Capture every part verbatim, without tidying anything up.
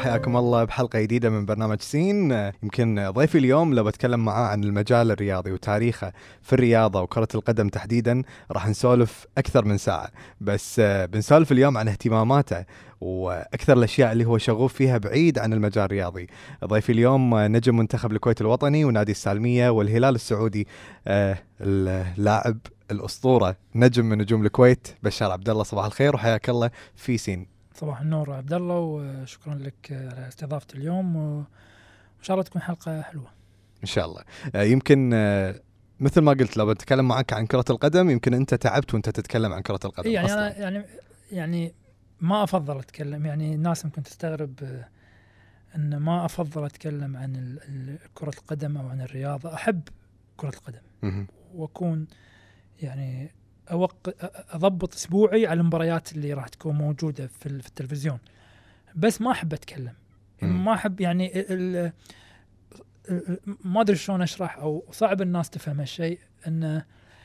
حياكم الله بحلقة جديدة من برنامج سين. يمكن ضيفي اليوم لو بتكلم معاه عن المجال الرياضي وتاريخه في الرياضة وكرة القدم تحديدا راح نسولف أكثر من ساعة، بس بنسولف اليوم عن اهتماماته وأكثر الأشياء اللي هو شغوف فيها بعيد عن المجال الرياضي. ضيفي اليوم نجم منتخب الكويت الوطني ونادي السالمية والهلال السعودي، اللاعب الأسطورة نجم من نجوم الكويت بشار عبد الله. صباح الخير وحياك الله في سين. صباح النور عبد الله، وشكرا لك على استضافتي اليوم، وإن شاء الله تكون حلقة حلوة إن شاء الله. يمكن مثل ما قلت لو بتكلم معك عن كرة القدم يمكن أنت تعبت وأنت تتكلم عن كرة القدم. يعني أصلاً. أنا يعني يعني ما أفضل أتكلم، يعني الناس ممكن تستغرب أن ما أفضل أتكلم عن كرة القدم أو عن الرياضة. أحب كرة القدم م- وأكون يعني أوق... أضبط أسبوعي على المباريات اللي راح تكون موجودة في التلفزيون، بس ما أحب أتكلم. م- ما أحب يعني ال... ما أدري شلون أشرح، أو صعب الناس تفهم هالشيء. أن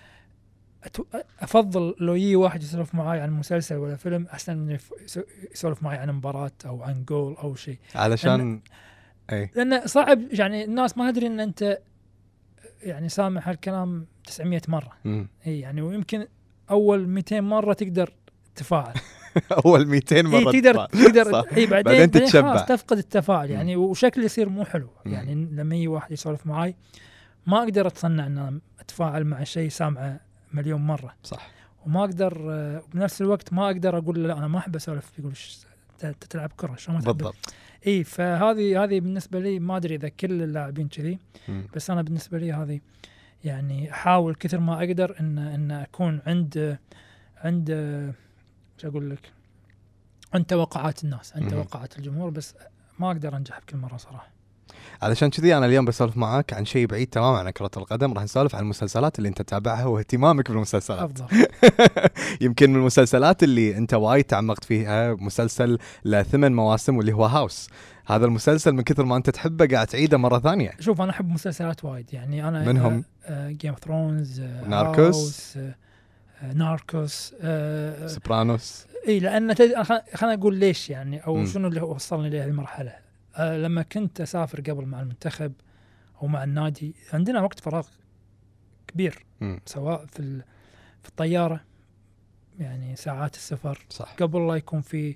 أفضل لو يجي واحد يسولف معاي عن مسلسل ولا فيلم أحسن من يسولف معاي عن مباراة أو عن جول أو شيء، علشان أي لأن صعب. يعني الناس ما تدري أن أنت يعني سامع هالكلام تسعمية مرة. م. إيه يعني ويمكن أول مئتين مرة تقدر تفاعل أول مئتين مرة إيه تقدر تقدر إيه بعدين, بعدين تتشبع، خلاص تفقد التفاعل يعني، وشكل يصير مو حلو. م. يعني لما يجي واحد يسولف معاي ما أقدر أتصنع أن أتفاعل مع شيء سامعه مليون مرة. صح. وما أقدر بنفس الوقت ما أقدر أقول لا أنا ما أحب أسولف. يقول أنت تلعب كرة شو ما تحب بالضبط. إيه فهذه هذه بالنسبة لي ما أدري إذا كل اللاعبين كذي، بس أنا بالنسبة لي هذه يعني أحاول كثر ما أقدر إن إن أكون عند عند شو أقول لك عند توقعات الناس، عند توقعات الجمهور، بس ما أقدر أنجح بكل مرة صراحة. علشان كذي أنا اليوم بسولف معاك عن شيء بعيد تماما عن كرة القدم. راح نسولف عن المسلسلات اللي أنت تتابعها واهتمامك بالمسلسلات. أفضل. يمكن من المسلسلات اللي أنت وايد تعمقت فيها مسلسل لثمان مواسم واللي هو هاوس. هذا المسلسل من كثر ما أنت تحبه قاعد تعيده مرة ثانية. شوف أنا أحب مسلسلات وايد، يعني أنا منهم جيم اوف ثرونز، ناركوس، ناركوس، سوبرانوس. إيه لأن تد... خلنا أقول ليش يعني أو م. شنو اللي وصلني لهذه المرحلة. أه لما كنت أسافر قبل مع المنتخب أو مع النادي عندنا وقت فراغ كبير، م. سواء في ال... في الطيارة يعني ساعات السفر. صح. قبل لا يكون في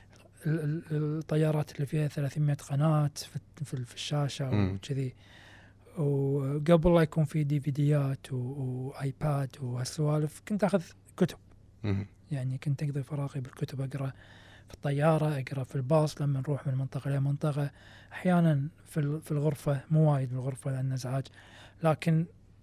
الطيارات اللي فيها ثلاثمية قناة في, في الشاشة وكذي، وقبل لا يكون في ديفيديات وآيباد وهالسوالف كنت أخذ كتب. م. يعني كنت أقضي فراغي بالكتب، أقرأ في الطيارة، أقرأ في الباص لما نروح من منطقة إلى منطقة، أحيانا في في الغرفة، مو وايد بالغرفة لأن إزعاج، لكن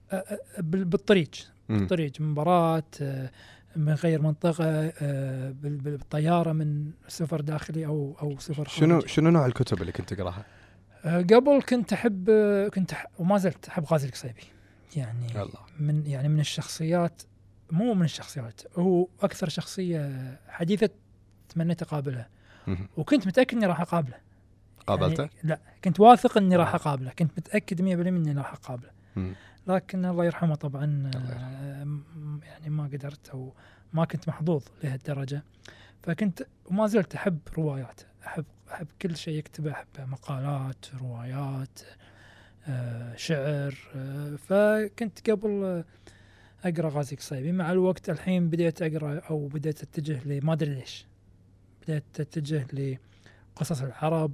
بالطريق بالطريق مباراة من غير منطقة، بالطيارة من سفر داخلي أو أو سفر خارجي. شنو شنو نوع الكتب اللي كنت تقراها؟ قبل كنت أحب كنت أحب وما زلت أحب غازي القصيبي، يعني الله. من يعني من الشخصيات، مو من الشخصيات، هو أكثر شخصية حديثة تمنيت أقابلها، وكنت متأكد إني راح أقابله. قابلته؟ يعني لا، كنت واثق إني راح أقابله، كنت متأكد مية بالمية إني راح أقابله، لكن الله يرحمه طبعا يعني ما قدرت أو ما كنت محظوظ لهالدرجة. فكنت وما زلت أحب روايات، أحب أحب كل شيء يكتبه، أحب مقالات، روايات، آه، شعر، آه، فكنت قبل أقرأ غازي القصيبي. مع الوقت الحين بديت أقرأ أو بديت أتجه لما أدري ليش بديت أتجه لقصص العرب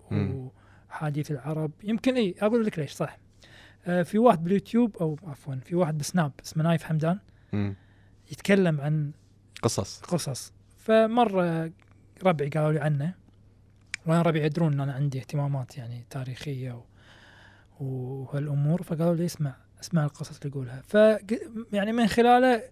وحديث العرب. يمكن إيه أقول لك ليش صح. آه في واحد باليوتيوب أو عفوا في واحد بسناب اسمه نايف حمدان م. يتكلم عن قصص قصص فمرة ربعي قالوا لي عنه، وأنا ربعي يدرون أن أنا عندي اهتمامات يعني تاريخية وهالأمور، فقالوا لي اسمع اسمع القصص اللي يقولها. ف يعني من خلاله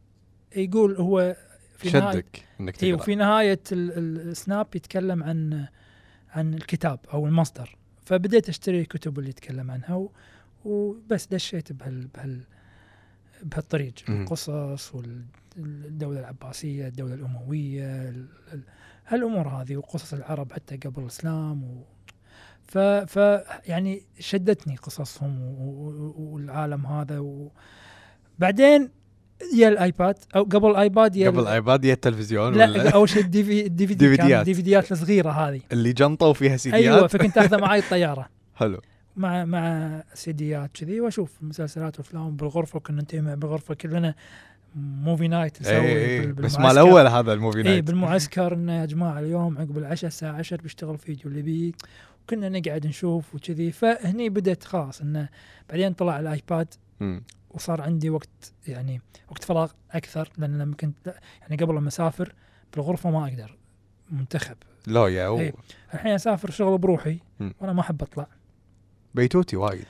يقول هو في نهاية انك تقرأ، وفي نهاية السناب يتكلم عن عن الكتاب او المصدر، فبديت اشتري الكتب اللي يتكلم عنها وبس دشيت بهال بهال بهالطريق، القصص والدولة العباسية، الدولة الأموية، هالأمور هذه، وقصص العرب حتى قبل الإسلام و ف ف يعني شدتني قصصهم والعالم هذا. وبعدين يا الايباد او قبل الايباد يا قبل الايباد يا التلفزيون لا ولا اول شيء الدي في الدي في دي ديفيديات. الدي في ديات الصغيره هذه اللي جنطه وفيها سيديات. ايوه فكنت اخذها معي الطياره حلو. مع مع سيديات كذي واشوف مسلسلات وافلام بالغرفه، وكنا نجتمع بالغرفه كلنا موفي نايت نسوي ايه بال- بس بالمعسكر. ما الاول هذا الموفي اي نايت. بالمعسكر انه يا جماعه اليوم عقب العشاء الساعه عشرة بيشتغل فيديو اللي بيه، وكنا نقعد نشوف وكذي. فهني بدت خلاص انه بعدين طلع الايباد مم. وصار عندي وقت يعني وقت فراغ اكثر، لان لما كنت يعني قبل لما اسافر بالغرفه ما اقدر منتخب. لا يا أو. إيه. الحين اسافر شغل بروحي مم. وانا ما احب اطلع بيتوتي وايد.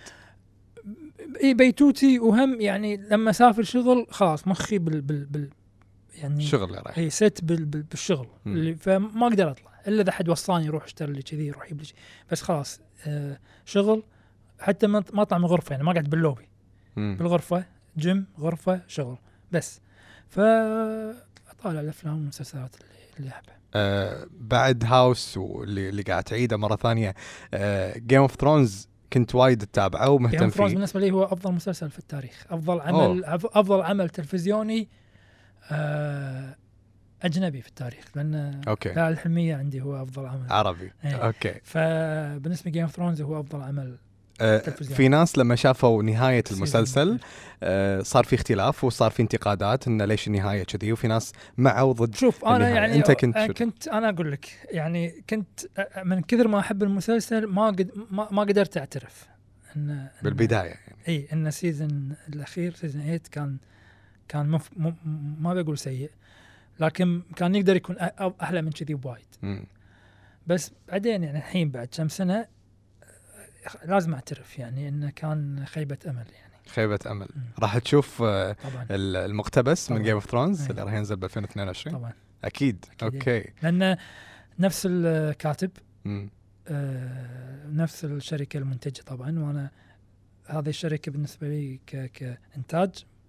اي بيتوتي، وهم يعني لما اسافر شغل خلاص مخي بال بال, بال يعني شغل رايح. اي ست بال بال بالشغل مم. اللي فما اقدر اطلع الا اذا حد وصاني روح اشتري لي كذي روح يجيب لي شي. بس خلاص آه شغل، حتى ما ما اطلع من الغرفه يعني ما قاعد باللوبي مم. بالغرفه، جيم غرفه شغل بس. فاطالع الافلام والمسلسلات اللي اللي احبها. آه بعد هاوس واللي اللي قاعد تعيده مره ثانيه، جيم اوف ثرونز كنت وايد تتابعه ومهتم جيم اوف ثرونز فيه. بالنسبه لي هو افضل مسلسل في التاريخ، افضل عمل أوه. افضل عمل تلفزيوني آه اجنبي في التاريخ، لان أوكي. لا الحلميه عندي هو افضل عمل عربي. ايه. اوكي. فبالنسبه جيم اوف ثرونز هو افضل عمل آه تلفزيوني. في ناس لما شافوا نهايه سيزن. المسلسل آه صار في اختلاف وصار في انتقادات انه ليش النهايه كذي، وفي ناس مع وضد. شوف انا النهاية. يعني أنت كنت أنا شو؟ كنت انا اقول لك يعني كنت من كثر ما احب المسلسل ما قد ما, ما قدرت اعترف ان إن- بالبدايه يعني. اي ان السيزون الاخير سيزون ثمانية كان كان مف م ما بقول سيء، لكن كان يقدر يكون أ- احلى من كذي بوايد. مم. بس بعدين يعني الحين بعد كم سنه لازم اعترف يعني انه كان خيبه امل يعني. خيبه امل. مم. راح تشوف آه طبعا المقتبس من طبعاً. جيم اوف ثرونز أي. اللي راح ينزل ب ألفين واثنين وعشرين. طبعا اكيد. أكيد. اوكي. لان نفس الكاتب مم. آه نفس الشركه المنتجه طبعا، وانا هذه الشركه بالنسبه لي ك كانتاج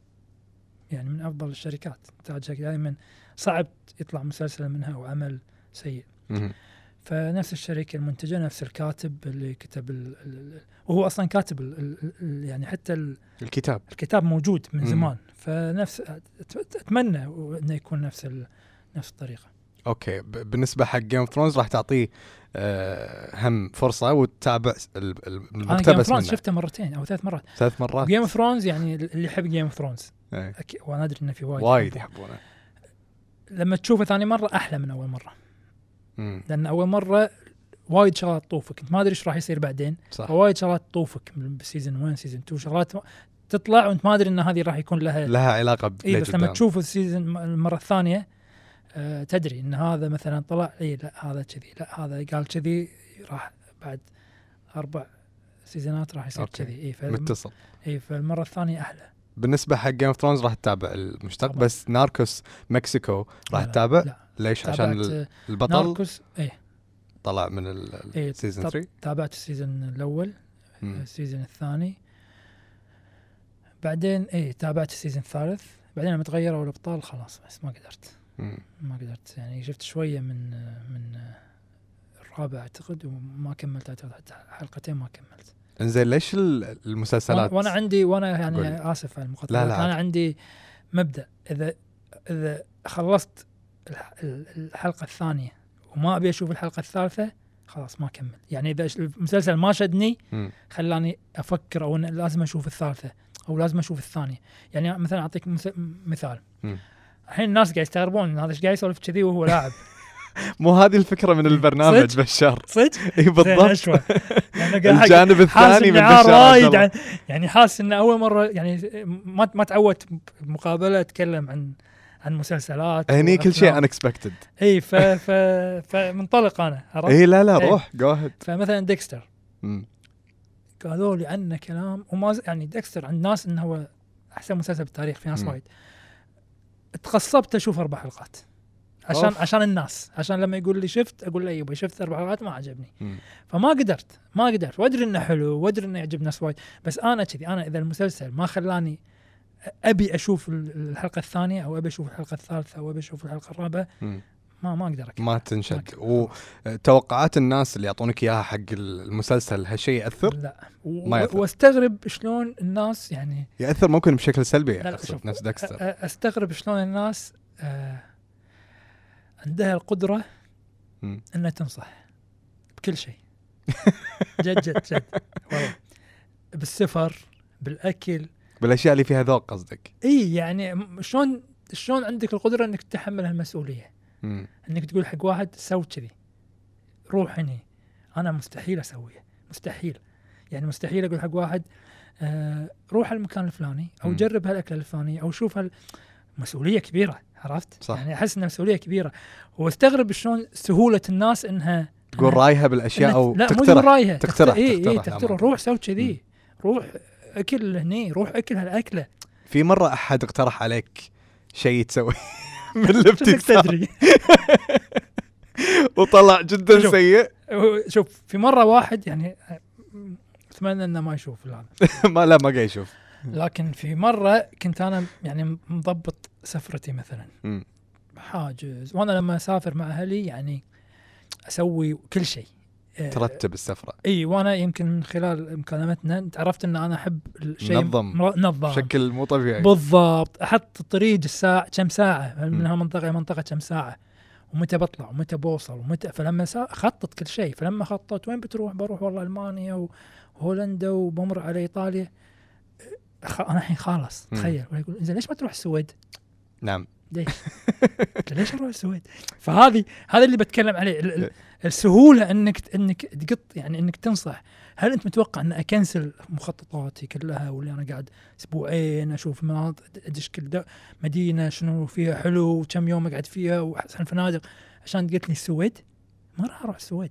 يعني من افضل الشركات، انتاجها دائما صعب يطلع مسلسل منها وعمل سيء. مم. فنفس الشركه المنتجه نفس الكاتب اللي كتب ال ال وهو اصلا كاتب ال ال ال يعني حتى ال الكتاب. الكتاب موجود من مم. زمان، فنفس أت- اتمنى انه يكون نفس ال نفس الطريقه. اوكي. ب- بالنسبه حق جيم اوف ثرونز راح تعطيه آه هم فرصه وتتابع ال- ال- انا جيم المقتبس اوف ثرونز منه شفته مرتين او ثلاث مرات. ثلاث مرات. جيم اوف ثرونز يعني اللي يحب جيم اوف ثرونز إيه. وانا ادري انه في وايد وايد يحبون. يحبونه. لما تشوفه ثاني مره احلى من اول مره، مم. لان اول مره وايد شغلات تطوفك، انت ما ادري ايش راح يصير بعدين. صح. وايد شغلات تطوفك بالسيزون واحد سيزون اثنين، شغلات تطلع وانت ما ادري ان هذه راح يكون لها لها علاقه اي. بليج بس لما قدام. تشوف السيزون المره الثانيه آه تدري ان هذا مثلا طلع اي لا هذا كذي، لا هذا قال كذي، راح بعد اربع سيزونات راح يصير أوكي. كذي. اي ف... متصل. اي فالمره الثانيه احلى. بالنسبه حق جيم اوف ثرونز راح تتابع المشتق. طبعاً. بس ناركوس مكسيكو راح لا لا، تتابع. لا ليش؟ عشان تابعت ال- آه، البطل ناركوس. اي طلع من إيه، السيزون تاب- ثلاثة. تابعت السيزون الاول مم. السيزون الثاني، بعدين اي تابعت السيزون الثالث، بعدين لما تغيروا الابطال خلاص بس ما قدرت مم. ما قدرت يعني شفت شويه من من الرابع اعتقد وما كملت، اعتقد حتى حلقتين ما كملت. انزين ليش ال- المسلسلات؟ وانا عندي وانا يعني قولي. اسف على المقاطعه، لا، لا، انا عندي مبدا اذا اذا خلصت الح- الحلقه الثانيه وما ابي اشوف الحلقه الثالثه خلاص ما اكمل. يعني اذا المسلسل ما شدني مم. خلاني افكر او إن لازم اشوف الثالثه او لازم اشوف الثانيه. يعني مثلا اعطيك مس- مثال. مم. الحين الناس قاعد يستغربون ان هذا ايش قاعد يسولف كذي وهو لاعب. مو هذه الفكره من البرنامج صدق؟ بشار. صدق؟ اي زين بالضبط. أشوى. يعني قاعد الجانب حاسس الثاني من بنعار بشار عبد وايد الله. عن يعني حاسس انه اول مره يعني ما ما تعودت بمقابله اتكلم عن عن مسلسلات هني كل شيء وأفلام. unexpected. اي ف ف فمنطلق انا عرفت. اي لا لا إيه. روح جو اهيد. فمثلا ديكستر قالوا لي عنه كلام وما ز- يعني ديكستر عند ناس انه هو احسن مسلسل بالتاريخ، في ناس مم. وايد. تخصبت اشوف اربع حلقات عشان أوف. عشان الناس، عشان لما يقول لي شفت اقول له يبا شفت اربع حلقات ما عجبني. فما قدرت ما قدرت وادري انه حلو وادري انه يعجب ناس وايد، بس انا كذي انا اذا المسلسل ما خلاني ابي اشوف ال- الحلقه الثانيه او ابي اشوف الحلقه الثالثه او ابي اشوف الحلقه الرابعه ما ما اقدر أكمل. ما تنشد. وتوقعات الناس اللي يعطونك اياها حق المسلسل هالشيء ياثر؟ لا ما يأثر. واستغرب شلون الناس يعني ياثر ممكن بشكل سلبي لا لا أقصد نفس ديكستر. استغرب شلون الناس آه عندها القدره م. انها تنصح بكل شيء. جد جد جد والله، بالسفر، بالاكل، بالاشياء اللي فيها ذوق قصدك. اي يعني شلون شلون عندك القدره انك تتحمل هالمسؤوليه، م. انك تقول حق واحد سوي كذي، روح هني. انا مستحيل اسويه، مستحيل يعني مستحيل اقول حق واحد آه روح المكان الفلاني او م. جرب هالاكله الفلانيه او شوف هال مسؤوليه كبيره، عرفت؟ صح. يعني احس انها مسؤوليه كبيره، واستغرب شلون سهوله الناس انها تقول رايها بالاشياء او لا تقترح. مو تقول رايها، تقترح اي اي تقترح, تقترح روح سوي كذي، روح اكل هني، روح اكل هالاكله. في مره احد اقترح عليك شيء تسوي من الابتسام تدري وطلع جدا شوف. سيء. شوف في مره واحد يعني اتمنى انه ما يشوف هذا ما لا ما قاعد يشوف. لكن في مره كنت انا يعني مضبط سفرتي مثلا م. حاجز، وانا لما اسافر مع اهلي يعني اسوي كل شيء، ترتب السفره. اي وانا يمكن من خلال مكالمتنا تعرفت ان انا احب الشيء منظم منظم بشكل مو طبيعي. بالضبط، احط الطريق الساعه كم ساعه من هالمنطقه لمنطقه كم ساعه، ومتى بطلع ومتى بوصل ومتى، فلما اخطط كل شيء، فلما خطط وين بتروح، بروح والله المانيا وهولندا وبمر على ايطاليا. انا الحين خالص تخيل، ويقول زين ليش ما تروح السويد؟ نعم ليش؟ ليش اروح السويد؟ فهذه هذا اللي بتكلم عليه، السهوله انك انك تقط يعني انك تنصح. هل انت متوقع ان اكنسل مخططاتي كلها واللي انا قاعد اسبوعين اشوف مناطق ادش كل مدينه شنو فيها حلو وكم يوم اقعد فيها واحسن فنادق عشان قلت لي السويد؟ ما راح اروح السويد.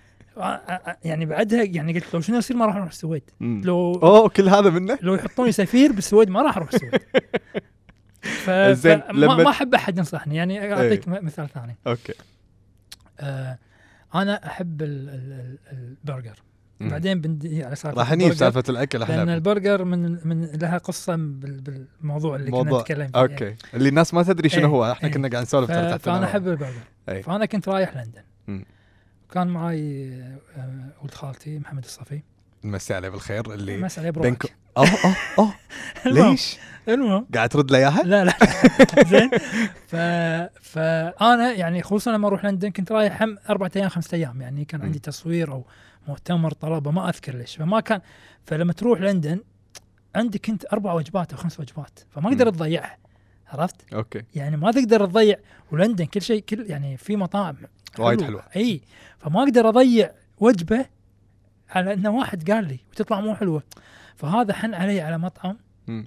يعني بعدها يعني قلت لو شنو يصير ما راح اروح السويد. لو اوه كل هذا منه لو يحطوني سفير بالسويد ما راح اروح السويد. ف... لما ما احب احد ينصحني. يعني اعطيك ايه. مثال ثاني. اوكي. آه انا احب ال ال البرجر. مم. بعدين بندي على سالفه راح نجيب سالفه الاكل احنا، لان البرجر من من لها قصه بالموضوع اللي كنا نتكلم فيه. اوكي يعني. اللي الناس ما تدري شنو ايه. هو احنا ايه. كنا قاعد نسولف. ف... فانا احب البرجر. ايه. فانا كنت رايح لندن. مم. وكان معي ولد خالتي محمد الصفي، مسي عليه بالخير، اللي مسي عليه بروحك. اوه اوه اوه ليش المهم قاعد ترد لي اياها؟ لا لا زين. ف فانا يعني خصوصا لما اروح لندن كنت رايح هم اربعة ايام خمسة ايام، يعني كان عندي تصوير او مؤتمر طلبه ما اذكر ليش، فما كان. فلما تروح لندن عندك كنت اربع وجبات او خمس وجبات، فما اقدر تضيعها، عرفت؟ اوكي. يعني ما تقدر تضيع، ولندن كل شيء كل يعني في مطاعم وايد حلوه، اي، فما اقدر اضيع وجبه على انه واحد قال لي وتطلع مو حلوه. فهذا حن علي على مطعم م.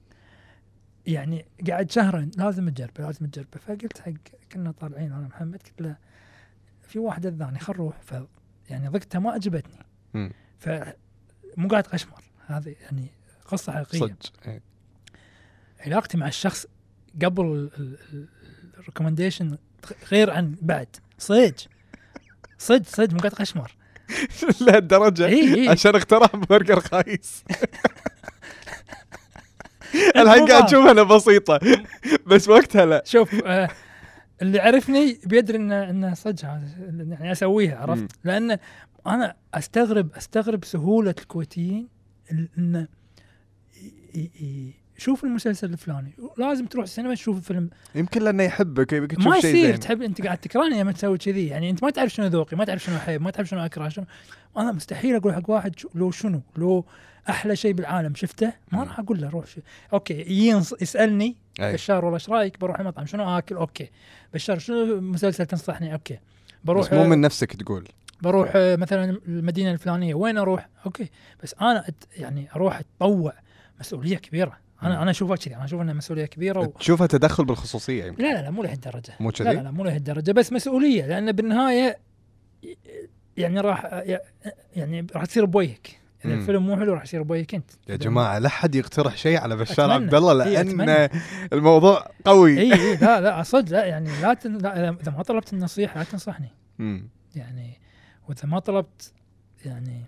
يعني قاعد شهرين لازم تجربه لازم تجربه. فقلت حق كنا طالعين انا محمد، قلت له في واحد اذاني خل نروح، ف يعني ضقتها ما عجبتني، فمو قاعد قشمر. هذه يعني قصه حقيقيه صدق. علاقتي مع الشخص قبل الريكومنديشن غير عن بعد، صدق صدق صدق مو قاعد قشمر لهالدرجه. إيه إيه. عشان اخترع برجر خايس. الحين قاعد اشوفها انا بسيطه بس وقتها لا. شوف آه اللي عرفني بيدري ان ان صدق يعني اسويها، عرفت؟ م. لان انا استغرب استغرب سهوله الكويتيين ان شوف المسلسل الفلاني لازم تروح السينما تشوف الفيلم، يمكن لانه يحبك يبيك تشوف شيء زين. ما يصير تحب انت قاعد تكرهني لما تسوي كذي، يعني انت ما تعرف شنو ذوقي، ما تعرف شنو احب، ما تعرف شنو اكره، شنو انا مستحيل اقول حق واحد لو شنو لو احلى شيء بالعالم شفته ما راح اقول له روح شو. اوكي يسالني بشار والله ايش رايك بروح المطعم شنو اكل، اوكي بشار شنو مسلسل تنصحني، اوكي بروح بس مو من نفسك تقول بروح مثلا المدينه الفلانيه وين اروح، اوكي بس انا يعني اروح اتطوع مسؤوليه كبيره. انا انا اشوفها كذي، انا اشوف انها مسؤوليه كبيره و... تشوفها تدخل بالخصوصيه يمكن. لا لا لا مو لهالدرجه، مو لا لا, لا مو لهالدرجه، بس مسؤوليه، لان بالنهايه يعني راح يعني راح تصير بوجهك اذا الفيلم مو حلو راح يصير بوجهك انت. يا جماعه لا حد يقترح شيء على بشار عبد الله لان إيه الموضوع قوي. اي إيه لا لا صدق لا يعني لا, تن... لا اذا ما طلبت النصيحه لا تنصحني. امم يعني واذا ما طلبت يعني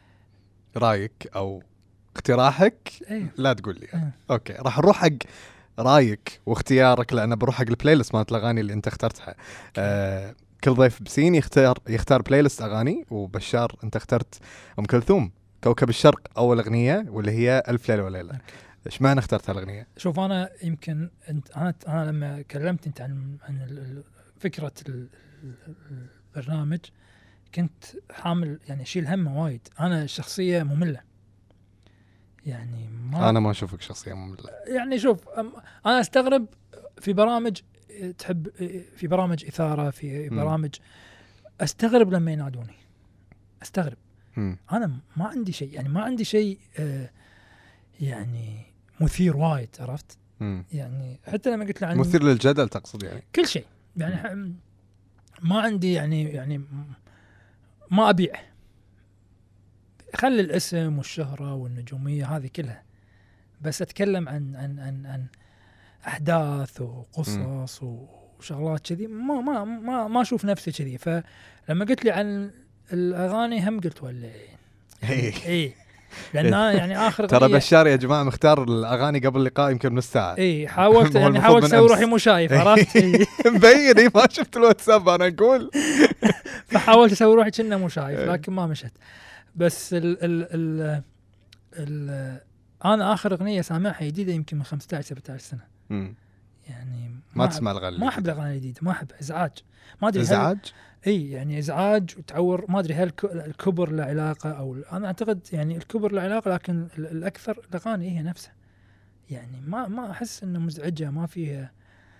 رايك او اقتراحك أيه. لا تقول لي. أه. اوكي راح نروح حق رايك واختيارك، لأن بروح حق البلاي ليست مالت الأغاني اللي أنت اخترتها. آه كل ضيف بسين يختار يختار بلاي ليست أغاني، وبشار أنت اخترت أم كلثوم كوكب الشرق أول أغنية، واللي هي ألف ليلة وليلة. إيش معنى اخترت هالأغنية؟ شوف أنا يمكن أنت أنا أنا لما كلمت أنت عن عن فكرة البرنامج كنت حامل يعني شيل همه وايد. أنا شخصية مملة يعني ما أنا ما أشوفك شخصية مملة. يعني شوف أنا أستغرب في برامج تحب، في برامج إثارة، في برامج أستغرب لما ينادوني أستغرب. م. أنا ما عندي شيء يعني ما عندي شيء آه يعني مثير وايد، عرفت؟ م. يعني حتى لما قلت له عن مثير للجدل تقصد يعني كل شيء يعني م. ما عندي يعني يعني ما أبيع، خلي الاسم والشهرة والنجومية هذه كلها، بس أتكلم عن عن عن, عن أحداث وقصص م. وشغلات كذي ما ما ما ما أشوف نفسي كذي. فلما قلت لي عن الأغاني هم قلت ولا إيه إيه لأن يعني آخر ترى بشار يا جماعة مختار الأغاني قبل اللقاء يمكن نص ساعة. إيه حاولت يعني حاولت أسوي روحي مو شايف، عرفت؟ إيه مبين إيه ما شفت الواتساب أنا أقول فحاولت أسوي روحي كأنه مو شايف لكن ما مشت. بس ال ال ال ال أنا آخر أغنية سامعها جديدة يمكن من خمسة عشر سبعة عشر سنة. م. يعني ما, ما تسمع الأغاني؟ ما أحب الأغاني الجديدة، ما أحب إزعاج، ما أدري إزعاج؟ اي يعني ازعاج وتعور، ما ادري هل الكبر له علاقه او انا اعتقد يعني الكبر له علاقه، لكن الاكثر الاغاني هي نفسها يعني ما ما احس انه مزعجه، ما فيها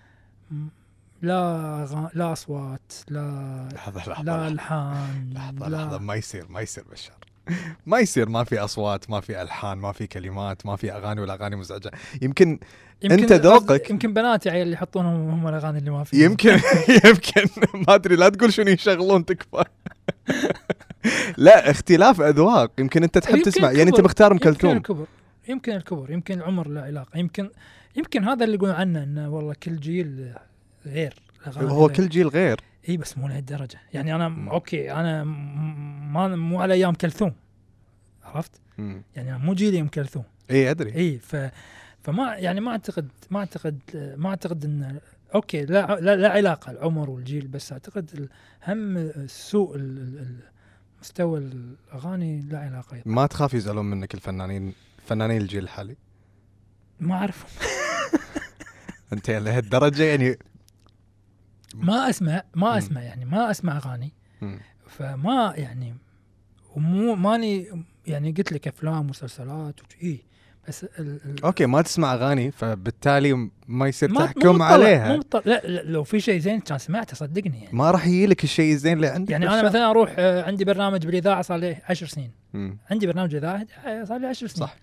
لا غ... لا اصوات لا لحظة لحظة لا الحان لحظة لا لحظة ما يصير ما يصير بشار ما يصير ما في اصوات ما في الحان ما في كلمات ما في اغاني ولا اغاني مزعجه. يمكن, يمكن انت ذوقك يمكن بناتي عيال اللي يحطونهم هم الاغاني اللي ما في يمكن يمكن ما ادري لا تقول شنو يشغلون تكفى لا اختلاف اذواق. يمكن انت تحب تسمع يعني انت مختار ام كلثوم. يمكن الكبر يمكن الكبر يمكن العمر له علاقه، يمكن يمكن هذا اللي يقولون عنه انه والله كل جيل غير. هو كل جيل غير اي بس مو لهالدرجه يعني انا م. اوكي انا ما مو على ايام كلثوم، عرفت؟ م. يعني مو جيلي ام كلثوم. اي ادري. اي ف فما يعني ما اعتقد ما اعتقد ما اعتقد ان اوكي لا لا, لا علاقه العمر والجيل، بس اعتقد هم سوء مستوى الاغاني لا علاقه. ما تخاف يزعلون منك الفنانين فنانين الجيل الحالي؟ ما اعرفهم انت لهالدرجه يعني ما اسمع ما اسمع يعني ما اسمع اغاني، فما يعني ومو ماني يعني قلت لك افلام ومسلسلات وشي بس ال ال اوكي ما تسمع اغاني فبالتالي ما يصير تحكم عليها. مو لا, لا لو في شيء زين كان سمعته صدقني يعني. ما راح يجي لك الشيء الزين اللي عندك. يعني انا مثلا اروح عندي برنامج بالاذاعه صار لي عشر سنين. م. عندي برنامج اذاعه صار لي عشر سنين صح.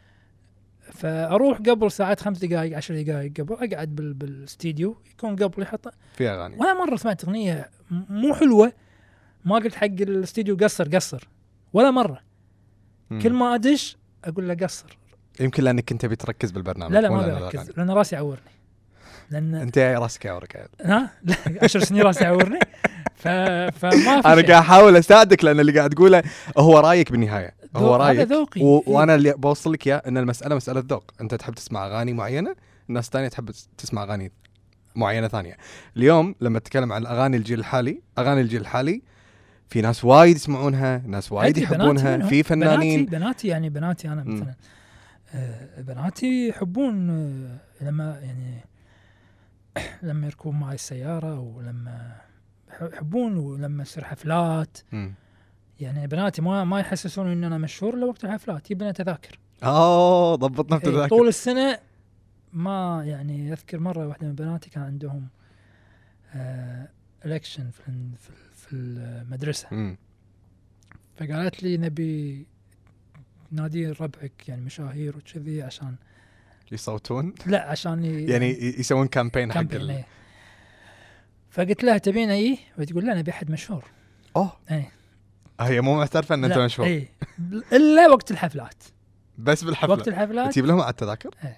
فاروح قبل ساعات خمس دقائق عشر دقائق قبل اقعد بال بالاستديو يكون قبل يحط في اغاني. ولا مره سمعت اغنيه مو حلوه ما قلت حق الاستديو قصر قصر ولا مره. م. كل ما ادش اقول له قصر. يمكن لانك انت بتركز بالبرنامج. لا لا ما بركز لان راسي يعورني. لان انت راسك يعورك. ها لا عشر سنين راسي يعورني. ف... فما في انا قاعد احاول اساعدك لان اللي قاعد تقوله هو رايك بالنهايه هو رايك و... وانا اللي بوصل لك اياه ان المساله مساله ذوق. انت تحب تسمع اغاني معينه، الناس الثانيه تحب تسمع اغاني معينه ثانيه. اليوم لما تتكلم عن اغاني الجيل الحالي، اغاني الجيل الحالي في ناس وايد يسمعونها، ناس وايد يحبونها، في فنانين بناتي, بناتي يعني بناتي انا مثلا آه بناتي يحبون آه لما يعني لما يركبون معي السياره ولما يحبون ولما يصير حفلات. م. يعني بناتي ما ما يحسسون ان انا مشهور الا وقت الحفلات، يبنا تذاكر. اه ضبطنا بتذاكر طول السنه. ما يعني اذكر مره واحده من بناتي كان عندهم آه الكشن في في المدرسه. م. فقالت لي نبي نادي ربعك يعني مشاهير وكذي عشان يصوتون. لا عشان ي... يعني يسوون كامبين حق ال... فقلت لها تبين ايه؟ وتقول لا انا بأحد مشهور. اوه ايه هي مو معترفه ان انت مشهور. ايه الا وقت الحفلات. بس بالحفله وقت الحفلات تجيب لهم على التذاكر. ايه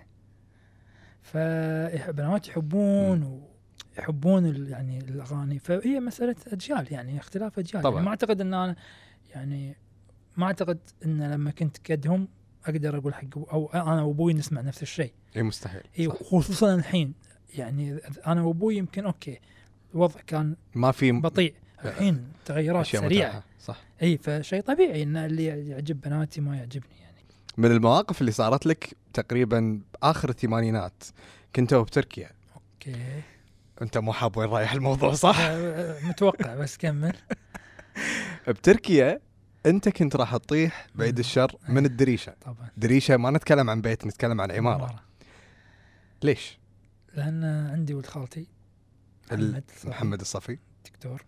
فبنات يحبون م. ويحبون يعني الاغاني، فهي مساله اجيال يعني اختلاف اجيال. يعني ما اعتقد ان انا يعني ما اعتقد ان لما كنت قدهم اقدر اقول حق او انا وابوي نسمع نفس الشيء. اي مستحيل. اي خصوصا الحين يعني انا وابوي يمكن اوكي الوضع كان ما في بطيء، الحين تغيرات سريعه صح. اي فشيء طبيعي ان اللي يعجب بناتي ما يعجبني يعني. من المواقف اللي صارت لك تقريبا اخر الثمانينات كنتوا بتركيا. اوكي انت مو حاب وين رايح الموضوع صح؟ متوقع بس كمل. بتركيا انت كنت راح تطيح بعيد الشر من الدريشه. طبعا دريشه ما نتكلم عن بيت، نتكلم عن عماره. عمارة. ليش؟ لان عندي ولد خالتي محمد الصفي, محمد الصفي دكتور.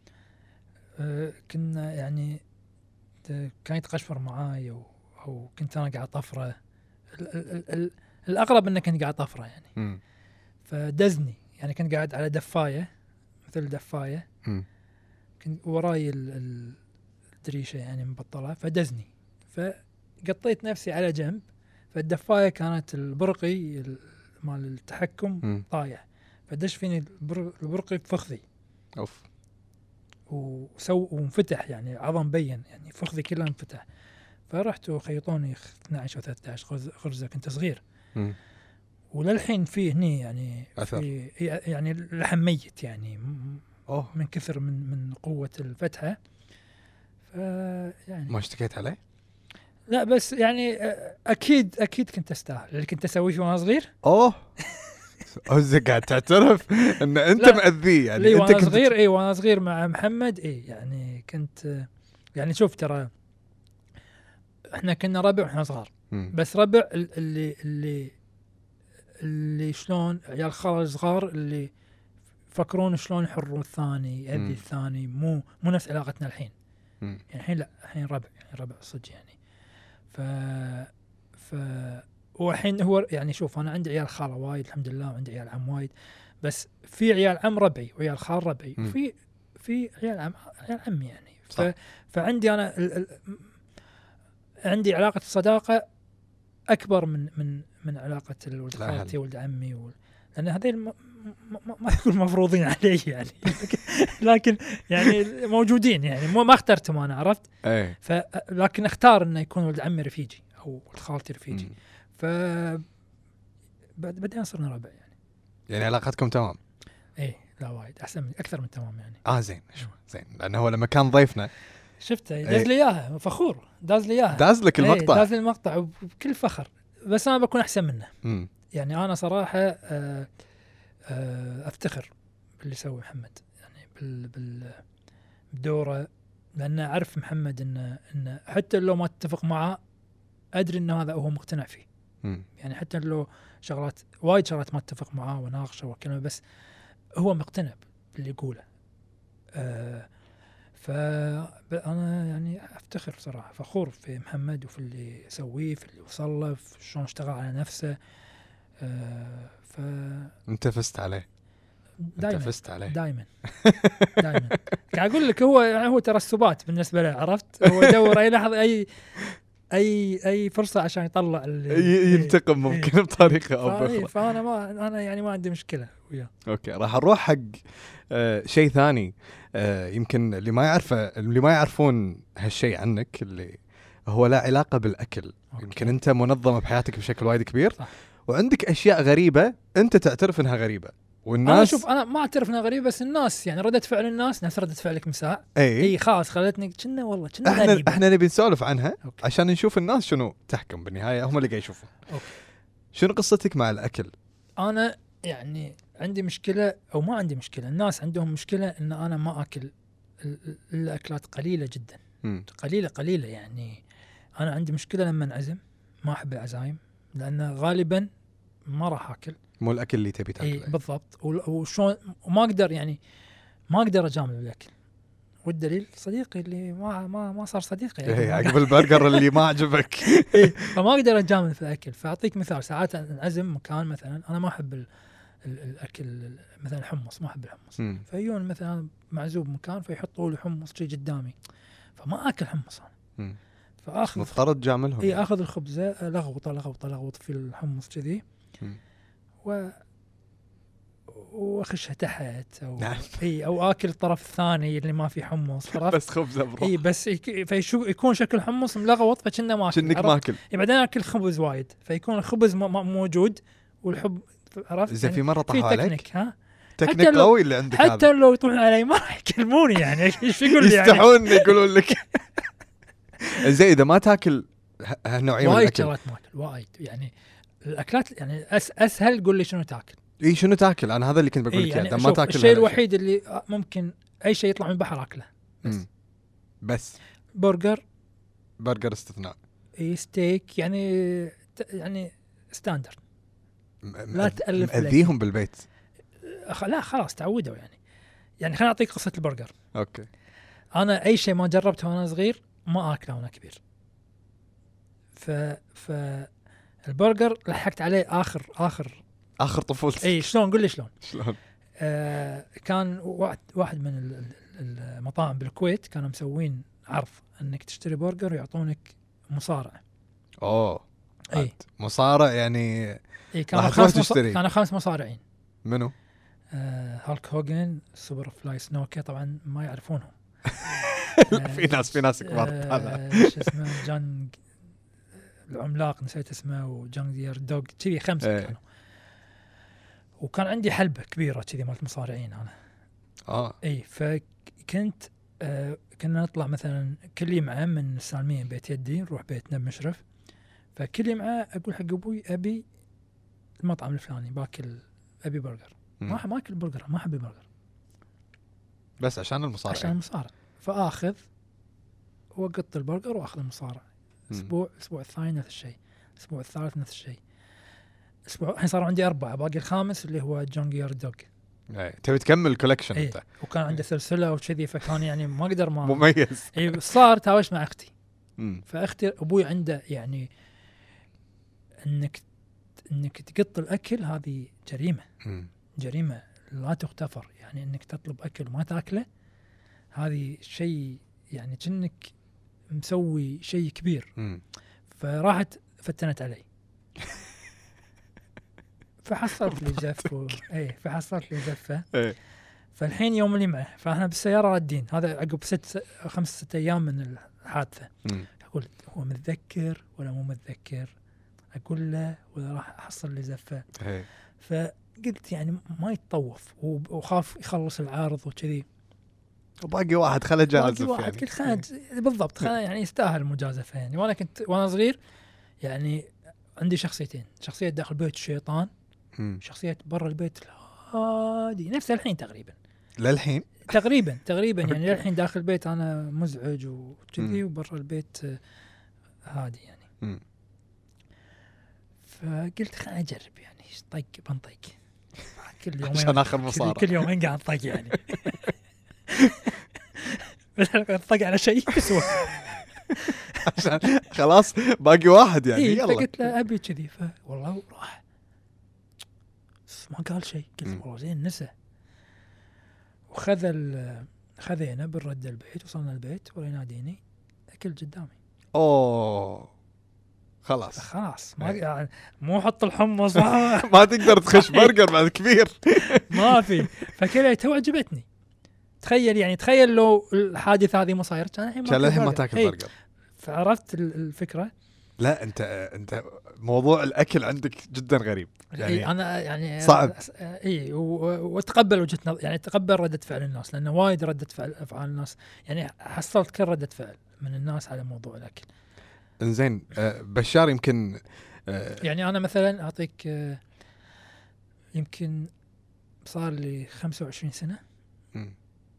أه كنا يعني كان يتقشفر معاي و... او كنت انا قاعد طفره. ال... ال... ال... الاغرب انه كنت قاعد طفره يعني. م. فدزني يعني كنت قاعد على دفايه مثل دفايه، م. كنت وراي ال... الدريشه يعني مبطله فدزني، فقطيت نفسي على جنب، فالدفايه كانت البرقي مال التحكم طايح، فدش فيني البرقي بفخذي. اوف. وسو وانفتح يعني عظم بين يعني فخذي كله انفتح. فرحت وخيطوني اثنعش او ثلاثة عشر غرزه، كنت صغير. م. وللحين فيه هني يعني أثر. في يعني لحم ميت يعني أوه. من كثر من من قوه الفتحه. ف يعني ما اشتكيت عليه؟ لا بس يعني اكيد اكيد كنت استاهل اللي كنت اسويه وانا صغير. اوه قصدك قاعد تعترف ان انت مأذيه يعني. لي انت وانا كنت صغير اي وانا صغير مع محمد اي يعني كنت يعني شوف ترى احنا كنا ربع واحنا صغار، م. بس ربع اللي اللي اللي شلون عيال خال صغار اللي يفكرون شلون يحرون الثاني يأذي م. الثاني، مو مو نفس علاقتنا الحين. م. يعني الحين لا، الحين ربع يعني ربع صدق يعني. ف ف والحين هو يعني شوف انا عندي عيال خاله وايد الحمد لله، وعندي عيال عم وايد، بس في عيال عم ربعي وعيال خال ربعي، م. وفي في عيال عم عيال عمي يعني. ف صح. فعندي انا ال... ال... عندي علاقه الصداقه اكبر من من من علاقه ولد خالتي ولد عمي و... لان هذول ما ما, ما يكون مفروضين علي يعني. لكن يعني موجودين يعني ما اخترتهم انا، عرفت؟ ايه. ف لكن اختار انه يكون ولد عمي رفيجي او ولد خالتي رفيجي. م. ف بعدين صرنا ربع يعني. يعني علاقتكم تمام؟ ايه لا وايد احسن من اكثر من تمام يعني. اه زين زين، لانه هو لما كان ضيفنا شفته داز لي اياها فخور، داز لي اياها، داز لك المقطع. ايه داز لي المقطع وبكل فخر، بس انا بكون احسن منه. م. يعني انا صراحه آه آه افتخر باللي سوى محمد يعني بال بال بدوره، لان اعرف محمد انه انه حتى لو ما اتفق معه ادري انه هذا هو مقتنع فيه. م. يعني حتى لو شغلات وايد شغلات ما اتفق معاه وناقشه وكلمه، بس هو مقتنع باللي يقوله. آه فأنا يعني أفتخر صراحة، فخور في محمد وفي اللي يسويه، في اللي وصل له، في شلون اشتغل على نفسه. آه ف أنت فزت عليه. دايما أنت فزت عليه دايما دايما. قاعد أقول لك هو يعني هو ترسبات بالنسبة له، عرفت؟ هو يدور أي لحظة أي أي أي فرصة عشان يطلع اللي ينتقم ممكن إيه بطريقة أو بأخرى. فأنا ما أنا يعني ما عندي مشكلة وياه. أوكي راح نروح حق آه شيء ثاني. آه يمكن اللي ما يعرفه اللي ما يعرفون هالشيء عنك، اللي هو لا علاقة بالأكل. أوكي. يمكن أنت منظمة بحياتك بشكل وايد كبير. صح. وعندك أشياء غريبة أنت تعترف إنها غريبة، والناس أنا شوف أنا ما أعترف إنها غريبة، بس الناس يعني ردة فعل الناس نفس ردة فعلك مساء. أي إيه خلاص خلتني كنا والله كنا إحنا غريبة. إحنا نبي نسولف عنها. أوكي. عشان نشوف الناس شنو تحكم بالنهاية، هم اللي قاعد يشوفون. شنو قصتك مع الأكل؟ أنا يعني عندي مشكلة أو ما عندي مشكلة، الناس عندهم مشكلة إن أنا ما أكل الأكلات قليلة جدا. م. قليلة قليلة يعني. أنا عندي مشكلة لما أنعزم، ما أحب العزايم لأن غالبا ما راح أكل. مو الأكل اللي تبي تاكله. إيه بالضبط. وشون وما أقدر يعني ما أقدر أجامل الأكل. والدليل صديقي اللي ما ما ما صار صديقي يعني إيه عقب البرجر اللي ما عجبك. إيه فما أقدر أجامل في الأكل. فأعطيك مثال، ساعات أنعزم مكان مثلا أنا ما أحب ال ال الأكل، مثلا الحمص ما أحب الحمص، فيون مثلا معزوب مكان فيحطوا لي حمص شيء قدامي، فما أكل حمص أنا. فأخذ مضطر تجاملهم. إيه أخذ الخبزة لغوطة لغوطة لغوط في الحمص كذي و واخشها تحت او نعم. اي او اكل الطرف الثاني اللي ما في حمص بس خبزه بروح. اي بس فيشو يكون شكل حمص ملغوط فكنا ما كأنك ماكل. بعدين اكل خبز وايد فيكون الخبز موجود والحب عرفت زين في مره في طاحوا عليك تكنيك ها تكنيك حتى لو- قوي اللي عندك هذا حتى لو يطلعون علي ما راح يكلموني يعني ايش يقول لي يعني يستحون يقولون لك زين اذا ما تاكل ه- هالنوعيه من وايد الاكل شغلات ما اكل وايد يعني الاكلات يعني أس اسهل قول لي شنو تاكل اي شنو تاكل انا هذا اللي كنت بقول إيه لك يعني اذا ما شوف، تاكل الشيء هالأشياء. الوحيد اللي ممكن اي شيء يطلع من البحر اكله بس مم. بس برجر برجر استثناء اي ستيك يعني ت- يعني ستاندرد م- لا مأذ- تألف مأذيهم بالبيت أخ- لا خلاص تعودوا يعني يعني خليني اعطيك قصه البرجر. اوكي انا اي شيء ما جربته وانا صغير ما اكله وانا كبير. ف ف البرجر لحقت عليه اخر اخر اخر طفولتي اي شلون قول لي شلون. شلون آه كان واحد واحد من ال- ال- المطاعم بالكويت كانوا مسوين عرض انك تشتري برجر ويعطونك مصارع. اوه اي عاد مصارع يعني اي كانوا راح تروح خمس مص... تشتري. كانوا خمس مصارعين. منو آه هالك هوجن، سوبر فلاي سنوكي طبعا ما يعرفونهم. لا في ناس في ناس كبار هذا آه شو اسمه جان العملاق نسيت اسمه وجان دير دوغ كذي خمسه إيه. كانوا. وكان عندي حلبه كبيره كذي مالت مصارعين انا. اه اي فكنت آه كنا نطلع مثلا كل يمعه من السالميه بيت يدي نروح بيتنا بمشرف. فكل يمعه اقول حق ابوي ابي المطعم الفلاني باكل ابي برجر. مم. ما ما اكل برجر ما احب البرجر بس عشان المصارع عشان المصارع. فاخذ وقط البرجر واخذ المصارع. مم. اسبوع الاسبوع الثاني نفس الشيء، الاسبوع الثالث نفس الشيء، اسبوع الحين صار عندي اربعه باقي الخامس اللي هو جون جير دوغ. ايه تبي تكمل كولكشن اي انت وكان عنده سلسله وكذي فكان يعني ما اقدر ما مميز اي صار تهاوش مع اختي. مم. فاختي ابوي عنده يعني انك انك تقط الاكل هذه جريمه مم. جريمه لا تغتفر. يعني انك تطلب اكل وما تاكله هذه شيء يعني كأنك مسوي شيء كبير. مم. فراحت فتنت علي فحصلت لي زف و... ايه فحصلت لي زفه. ايه فالحين يوم اللي معه فاحنا بالسياره رادين هذا عقب ست خمس ست ايام من الحادثه. مم. اقول هو متذكر ولا مو متذكر؟ اقول له ولا راح احصل لي زفه؟ ايه فقلت يعني ما يتطوف وب- وخاف يخلص العارض وكذي. وباقي واحد خله جازف باقي واحد يعني قلت خلنا بالضبط خلنا يعني يستاهل المجازفه يعني. وانا كنت وانا صغير يعني عندي شخصيتين، شخصيه داخل البيت الشيطان، مم. شخصيه برا البيت الهادي نفس الحين تقريبا للحين تقريبا تقريبا يعني للحين داخل البيت انا مزعج وكذي مم. وبرا البيت آه، هادي يعني. مم. فقلت خليني اجرب يعني إيش طق بنطق كل يومين عشان آخر كل- مصارع. كل يومين قاعد نطق يعني نطق على شيء يسوى. عشان خلاص باقي واحد يعني إيه يلا فقلت له ابي كذي فوالله راح بس ما قال شيء. قلت مم. والله زين نسى. وخذ ال- خذينا بالرد البيت وصلنا البيت ولا يناديني اكل قدامي. اوه خلاص خلاص ما إيه. يعني مو حط الحمص ما, ما تقدر تخش برجر بعد كبير ما في. فكذا تو عجبتني. تخيل يعني تخيل لو الحادثه هذه ما صايرت كان الحين كان الحين ما برجر. تاكل إيه. برجر. فعرفت ال- الفكره. لا انت انت موضوع الاكل عندك جدا غريب يعني يعني انا يعني صعب. اي واتقبل وجهه نظر يعني تقبل رده فعل الناس لانه وايد رده فعل افعال الناس يعني حصلت كل رده فعل من الناس على موضوع الاكل. انزين آه، بشار يمكن آه، يعني انا مثلا اعطيك آه، يمكن صار لي خمسة وعشرين سنه مم.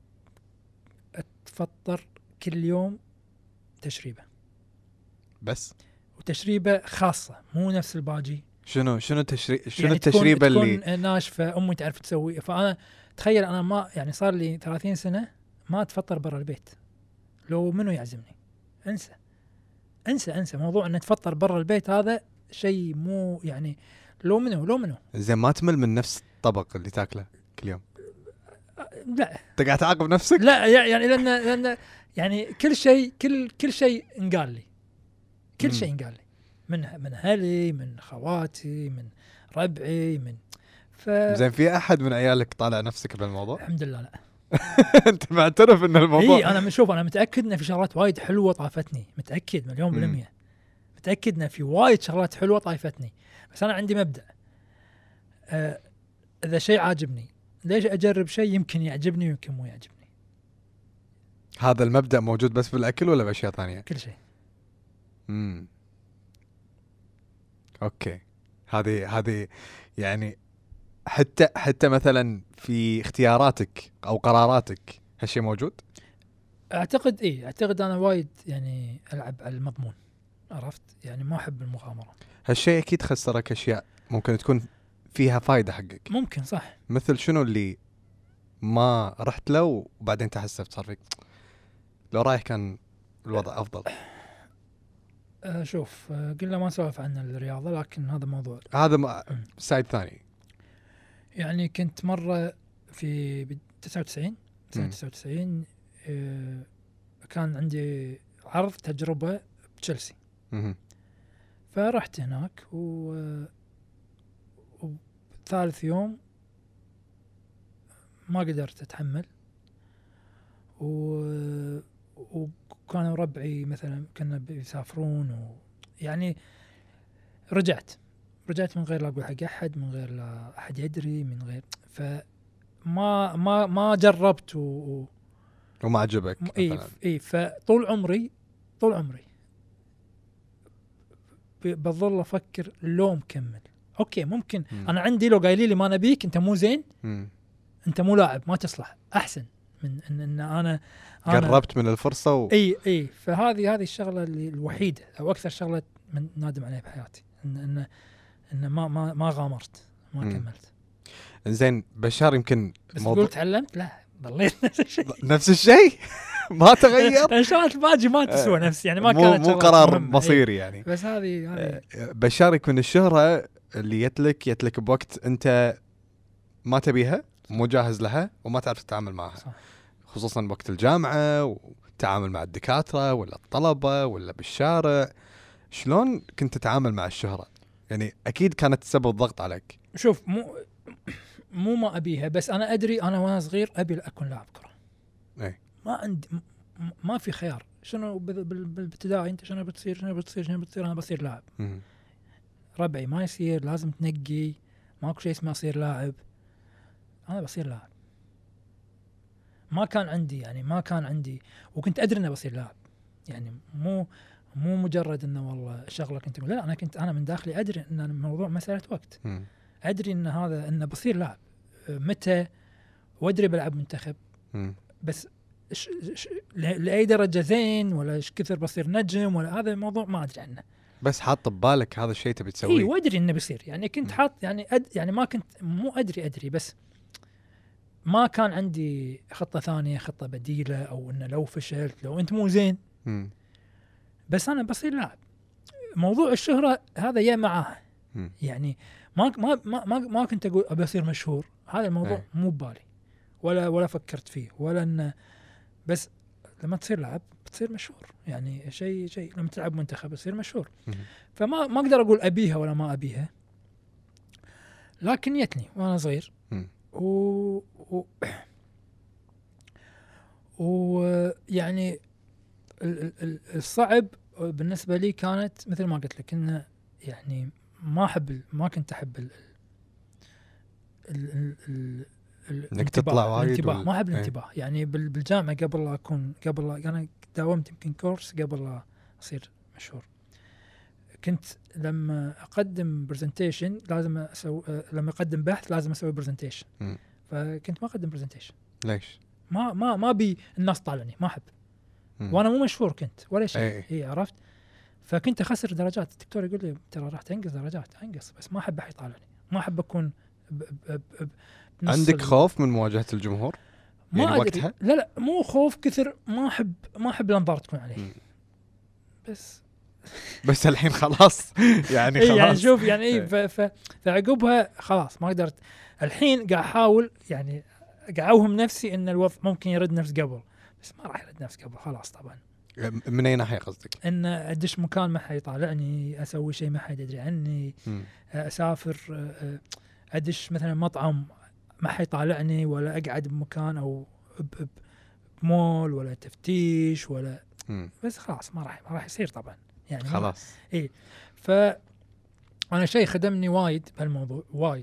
اتفطر كل يوم تشريبه بس وتشريبه خاصه مو نفس الباجي. شنو شنو تشري شنو يعني التشريبه تكون اللي تكون ناشفه امي تعرف تسوي. فانا تخيل انا ما يعني صار لي ثلاثين سنه ما اتفطر برا البيت. لو منو يعزمني انسى انسى انسى موضوع ان تفطر برا البيت هذا شيء مو يعني لو منو لو منو زين ما تمل من نفس الطبق اللي تاكله كل يوم لا انت قاعد تعاقب نفسك لا يعني لان لان يعني كل شيء كل كل شيء انقال لي كل مم. شيء انقال لي من من اهلي من خواتي من ربعي من ف زين في احد من عيالك طالع نفسك بالموضوع الحمد لله لا. انت معترف ان الموضوع اي انا مشوف انا متاكد ان في شغلات وايد حلوه طافتني متاكد مليون مم. بالمية. متاكد ان في وايد شغلات حلوه طايفتني بس انا عندي مبدا آه اذا شيء عاجبني ليش اجرب شيء يمكن يعجبني ويمكن مو يعجبني. هذا المبدأ موجود بس بالاكل ولا باشياء ثانيه؟ كل شيء. امم اوكي. هذه هذه يعني حتى حتى مثلا في اختياراتك او قراراتك هالشيء موجود؟ اعتقد ايه اعتقد انا وايد يعني العب على المضمون، عرفت يعني ما احب المغامره. هالشيء اكيد خسرك اشياء ممكن تكون فيها فايده حقك. ممكن صح. مثل شنو اللي ما رحت له وبعدين تحسفت صار فيك لو رايح كان الوضع افضل؟ أه شوف أه قلنا ما نسولف عن الرياضه لكن هذا موضوع هذا م- سايد ثاني. يعني كنت مره في تسعة وتسعين سنه مم. تسعة وتسعين أه كان عندي عرض تجربه بتشيلسي، مهم. فرحت هناك و وثالث يوم ما قدرت اتحمل و... وكانوا ربعي مثلا كنا بيسافرون و... يعني رجعت رجعت من غير لا اقول حق احد، من غير لا احد يدري، من غير فما ما ما جربت و... وما عجبك اي مثلا. اي فطول عمري طول عمري ب- بظل افكر لو مكمل. اوكي ممكن مم. انا عندي لو قايلين لي ما نبيك انت مو زين، مم. انت مو لاعب ما تصلح، احسن من ان, إن انا, أنا قربت من الفرصه و... اي اي فهذه هذه الشغله اللي الوحيده او اكثر شغله من نادم عليها بحياتي ان ان ان ما ما ما غامرت ما مم. كملت. زين بشار يمكن بس موضوع تقول تعلمت؟ لا ضليت نفس الشيء. نفس الشيء ما تغير. لان شغلات باجي ما تسوى نفس يعني ما مو كانت مو شغلات قرار مهمة. مصيري إيه. يعني. بس هذه هذه آه، بشارك من الشهرة اللي يتلك يتلك بوقت انت ما تبيها، مو جاهز لها وما تعرف تتعامل معها. صح. خصوصا وقت الجامعة والتعامل مع الدكاترة ولا الطلبة ولا بالشارع. شلون كنت تتعامل مع الشهرة؟ يعني اكيد كانت تسبب ضغط عليك. شوف مو مو ما ابيها، بس انا ادري انا وانا صغير ابي اكون لاعب كره. اي ما عندي م- ما في خيار. شنو بال- بال- بالابتدائي انت شنو بتصير شنو بتصير شنو بتصير؟ انا بصير لاعب. مم. ربعي ما يصير، لازم تنقي، ماكو شيء اسمه اصير لاعب. انا بصير لاعب. ما كان عندي يعني ما كان عندي وكنت ادري اني بصير لاعب. يعني مو مو مجرد انه والله شغله كنت اقول لا، انا كنت انا من داخلي ادري ان الموضوع مساله وقت. مم. ادري ان هذا انه بصير لاعب أه، متى، وادري بلعب منتخب. مم. بس ش ش ل- لاي درجه زين ولا ايش كثر بصير نجم ولا هذا الموضوع ما ادري عنه. بس حاط ببالك هذا الشيء تبي اي تسويه. وادري انه بيصير يعني كنت م. حاط يعني أد يعني ما كنت مو ادري ادري بس ما كان عندي خطه ثانيه، خطه بديله، او انه لو فشلت لو انت مو زين. مم. بس انا بصير لاعب. موضوع الشهره هذا يا معاه مم. يعني ما ما ما ما, ما كنت اقول ابي اصير مشهور. هذا الموضوع أي. مو ببالي ولا ولا فكرت فيه ولا انه. بس لما تصير لاعب بتصير مشهور يعني شيء شيء لما تلعب منتخب بتصير مشهور. مم. فما ما اقدر اقول ابيها ولا ما ابيها، لكن يتني وانا صغير. مم. و, و... ويعني ال- ال- ال- الصعب بالنسبه لي كانت مثل ما قلت لك انه يعني ما احب ال- ما كنت احب ال ال ال ال ال انك تطلع وايد الانتباه وال- ما احب إيه. الانتباه يعني بال- بالجامعه قبل لا اكون قبل لا انا داومت يمكن كورس قبل لا اصير مشهور. كنت لما اقدم برزنتيشن لازم اسوي أه، لما اقدم بحث لازم اسوي برزنتيشن. مم. فكنت ما اقدم برزنتيشن. ليش؟ ما ما ما بي الناس طالعني ما احب. مم. وانا مو مشهور كنت ولا شيء. إيه. اي عرفت. فكنت اخسر درجات. الدكتور يقول لي ترى راح تنقص درجات. انقص بس ما احب احد يطالعني. ما احب اكون ب ب ب بنص عندك ال- خوف من مواجهة الجمهور؟ ما يعني أدري. وقتها؟ لا لا مو خوف كثر ما احب ما احب الانظار تكون علي. مم. بس بس الحين خلاص يعني اي خلاص. يعني شوف يعني إيه. اي ف- ف- فعقبها خلاص ما قدرت. الحين قاعد احاول يعني قاعد اوهم نفسي ان الوضع ممكن يرد نفس قبل، بس ما راح يرد نفس قبل خلاص طبعا. من اي ناحية قصدك؟ ان ادش مكان ما حد يطالعني، اسوي شيء ما حد يدري عني، مم. اسافر أ- أ- ادش مثلا مطعم ما حد يطالعني، ولا اقعد بمكان او ب- ب- بمول ولا تفتيش ولا. مم. بس خلاص ما راح ما راح يصير طبعا يعني ما- خلاص. ف انا شيء خدمني وايد بهالموضوع وايد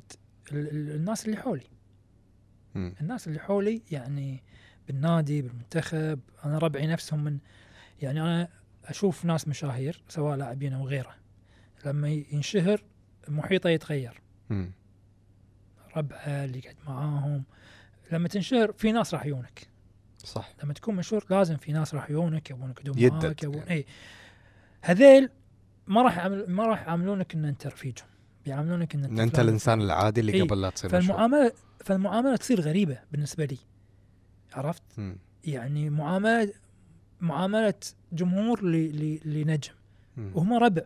ال- ال- الناس اللي حولي مم. الناس اللي حولي يعني بالنادي بالمنتخب. انا ربعي نفسهم من يعني انا اشوف ناس مشاهير سواء لاعبين او غيره لما ينشهر محيطه يتغير، مم. ربعه اللي قاعد معاهم لما تنشهر في ناس راح يونك. صح. لما تكون مشهور لازم في ناس راح يونك يبونك يدوم يدد معاك يبون يعني. اي هذيل ما راح يعمل ما راح يعاملونك ان انت رفيجهم، بيعاملونك ان انت, ان انت فلان الانسان العادي اللي إيه. قبل لا تصير مشهور. فالمعامله فالمعامله تصير غريبه بالنسبه لي، عرفت؟ مم. يعني معامله معامله جمهور ل... ل... لنجم مم. وهم ربع،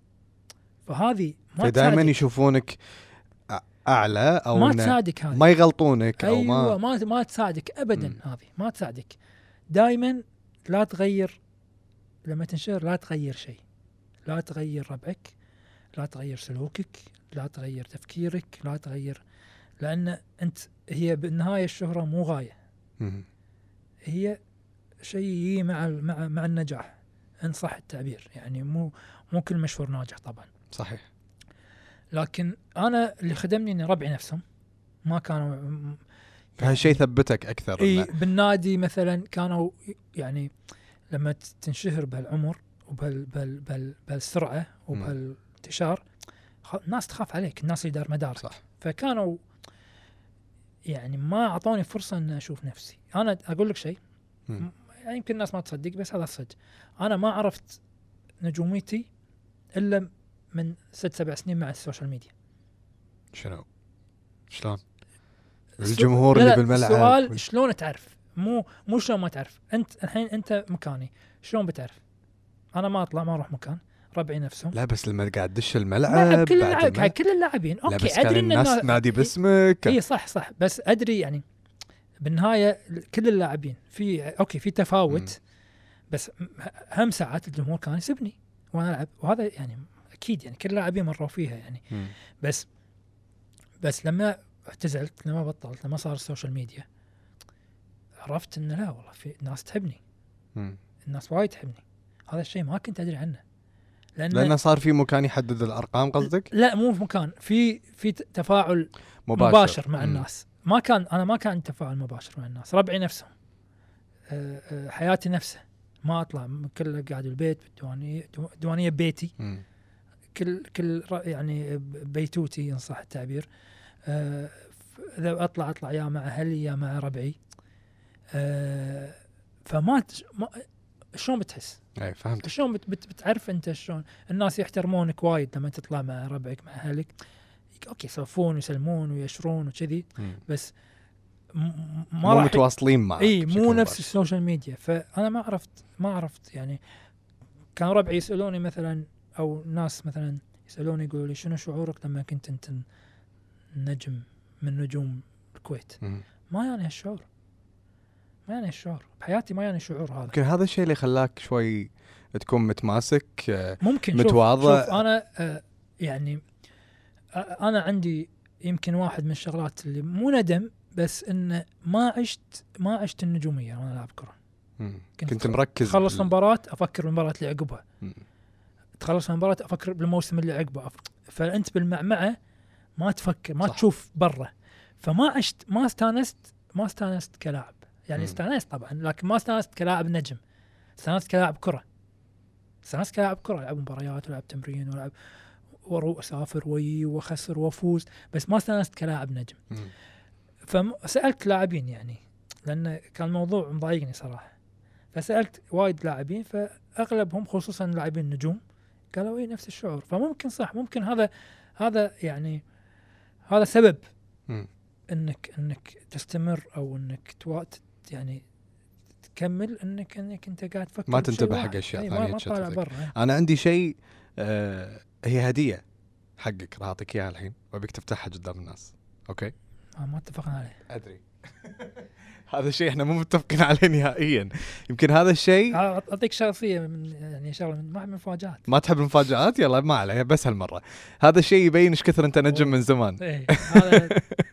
فهذه ما فدائما تساعدك. يشوفونك أ- اعلى او ما إنه تساعدك هذه، ما يغلطونك او ايوه ما ما ما تساعدك ابدا. مم. هذه ما تساعدك. دائما لا تغير لما تنشهر، لا تغير شيء، لا تغير ربعك، لا تغير سلوكك، لا تغير تفكيرك، لا تغير، لان انت هي بالنهايه الشهره مو غايه، مم. هي شيء يجي مع ال- مع مع النجاح ان صح التعبير. يعني مو مو كل مشهور ناجح طبعا، صحيح. لكن انا اللي خدمني اني ربعي نفسهم ما كانوا م- فهالشيء ثبتك اكثر. اي إنه- بالنادي مثلا كانوا يعني لما ت- تنشهر بهالعمر وبهال بهال بهال بهالسرعه وبهالانتشار خ- الناس تخاف عليك، الناس اللي دار مدارك. صح. فكانوا يعني ما اعطوني فرصه ان اشوف نفسي. انا اقول لك شيء مم. يعني يمكن الناس ما تصدق بس هذا الصدق، انا ما عرفت نجوميتي الا من ست سبع سنين مع السوشيال ميديا. شنو؟ شلون؟ الجمهور لا اللي لا بالملعب السؤال وال- شلون تعرف؟ مو مو شلون ما تعرف. انت الحين انت مكاني شلون بتعرف؟ انا ما اطلع ما اروح مكان، ربعي نفسهم. لا بس لما قاعد تدش لا الملعب كل بعد اللاعب ما- كل اللاعبين لا اوكي بس كان ادري ان الناس النا- تنادي باسمك. اي صح صح بس ادري يعني بالنهايه كل اللاعبين في اوكي في تفاوت. مم. بس م- هم ساعات الجمهور كان يسبني وانا العب، وهذا يعني اكيد يعني كل اللاعبين مروا فيها يعني. مم. بس بس لما اعتزلت، لما بطلت، لما صار السوشيال ميديا، عرفت ان لا والله في ناس تحبني، مم. الناس وايد تحبني. هذا الشيء ما كنت ادري عنه لان لانه صار في مكان يحدد الارقام قصدك؟ لا مو في مكان، في في تفاعل مباشر, مباشر مع مم. الناس. ما كان انا ما كان تفاعل مباشر مع الناس، ربعي نفسهم، أه أه حياتي نفسها، ما اطلع كله قاعد بالبيت بالديوانيه، ديوانيه بيتي، مم. كل كل ر- يعني بيتوتي ان صح التعبير. أه ف- اذا اطلع اطلع يا مع اهلي يا مع ربعي. أه فما تش- ما شلون بتحس؟ اي فهمت. شلون بت بت بتعرف انت شلون الناس يحترمونك وايد لما تطلع مع ربعك مع اهلك. اوكي يسولفون ويسلمون ويشرون وكذي، مم. بس م- م- ما مو راح متواصلين معك اي بشكل مو نفس مباشر. السوشيال ميديا. فانا ما عرفت ما عرفت يعني كان ربعي يسالوني مثلا او ناس مثلا يسالوني يقولوا لي شنو شعورك لما كنت انت نجم من نجوم الكويت؟ مم. ما يعني هالشعور، ما يعني هالشعور بحياتي، ما يعني شعور هذا. يمكن هذا الشيء اللي خلاك شوي تكون متماسك. آه، ممكن متواضع. شوف, شوف انا آه يعني آه انا عندي يمكن واحد من الشغلات اللي مو ندم، بس انه ما عشت ما عشت النجوميه وانا العب كره. مم. كنت كنت مركز تخلص بال- المباراه افكر بالمباراه اللي عقبها، مم. تخلص المباراه افكر بالموسم اللي عقبه. أف- فانت بالمعمعه ما تفكر، ما صح. تشوف برا. فما عشت ما استانست ما استانست كلاعب يعني. مم. استانست طبعا لكن ما استانست كلاعب نجم، استانست كلاعب كره. استانست كلاعب كره، العب مباريات والعب تمرين والعب واروح اسافر وي واخسر وافوز، بس ما استانست كلاعب نجم. مم. فسالت لاعبين يعني لان كان الموضوع مضايقني صراحه، فسالت وايد لاعبين فاغلبهم خصوصا لاعبين نجوم قالوا ايه نفس الشعور. فممكن صح، ممكن هذا هذا يعني هذا سبب مم. انك انك تستمر او انك توات يعني تكمل، انك انك انت قاعد تفكر ما بشيء تنتبه حق واحد. أشياء أي ثانية ما, ما طالع تشتتك. برا. انا عندي شيء آه هي هديه حقك، راح اعطيك اياها الحين وابيك تفتحها قدام الناس. اوكي؟ آه ما اتفقنا عليه. ادري. هذا الشيء احنا مو متفقين عليه نهائيا. يمكن هذا الشيء آه، اعطيك شخصيه من يعني شغله من ما من مفاجات. ما تحب المفاجآت. يلا ما عليه، بس هالمره هذا الشيء يبين ايش كثر انت نجم من زمان. ايه هذا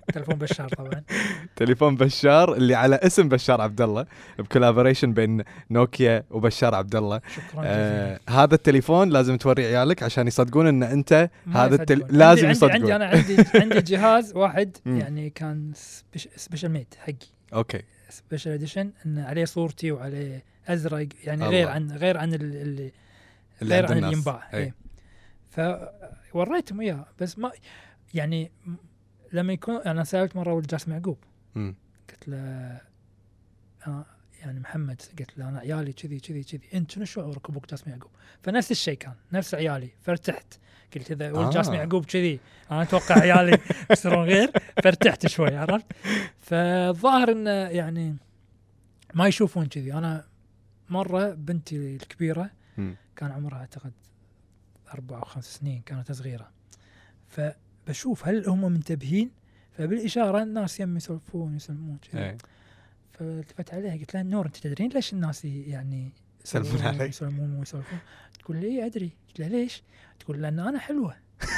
تلفون بشار طبعا. تليفون بشار اللي على اسم بشار عبد الله، بكولابوريشن بين نوكيا وبشار عبد الله. شكرا آه جزيلا. هذا التليفون لازم توري عيالك عشان يصدقون ان انت ما هذا التل... يصدقون. لازم عندي يصدقون. عندي انا عندي عندي جهاز واحد مم. يعني كان سبيش سبيشال ميد حقي، اوكي سبيشال اديشن، ان عليه صورتي وعليه ازرق يعني الله. غير عن غير عن ال- اللي اللي غير عند عن الناس. اللي ينباع. أي. إيه. فوريتهم اياه بس ما يعني م- لما يكون انا سالت مره ولد جاسم يعقوب مم. قلت له أنا يعني محمد، قلت له انا عيالي كذي كذي كذي، انت شنو شعورك ابوك جاسم يعقوب؟ فنفس الشيء كان نفس عيالي، فارتحت. قلت اذا ولد آه. جاسم يعقوب كذي انا اتوقع عيالي يصيرون غير، فارتحت شوي عرفت. فالظاهر انه يعني ما يشوفون كذي. انا مره بنتي الكبيره مم. كان عمرها اعتقد اربع او خمس سنين، كانت صغيره، فبشوف هل هم منتبهين، فبالاشاره الناس يم يسولفون يسلمون كذي. أي. فالتفت عليها قلت لها نور انت تدرين ليش الناس يعني يسلمون عليك؟ يسلمون ويسولفون؟ تقول لي إيه ادري. قلت لها ليش؟ تقول لان انا حلوه.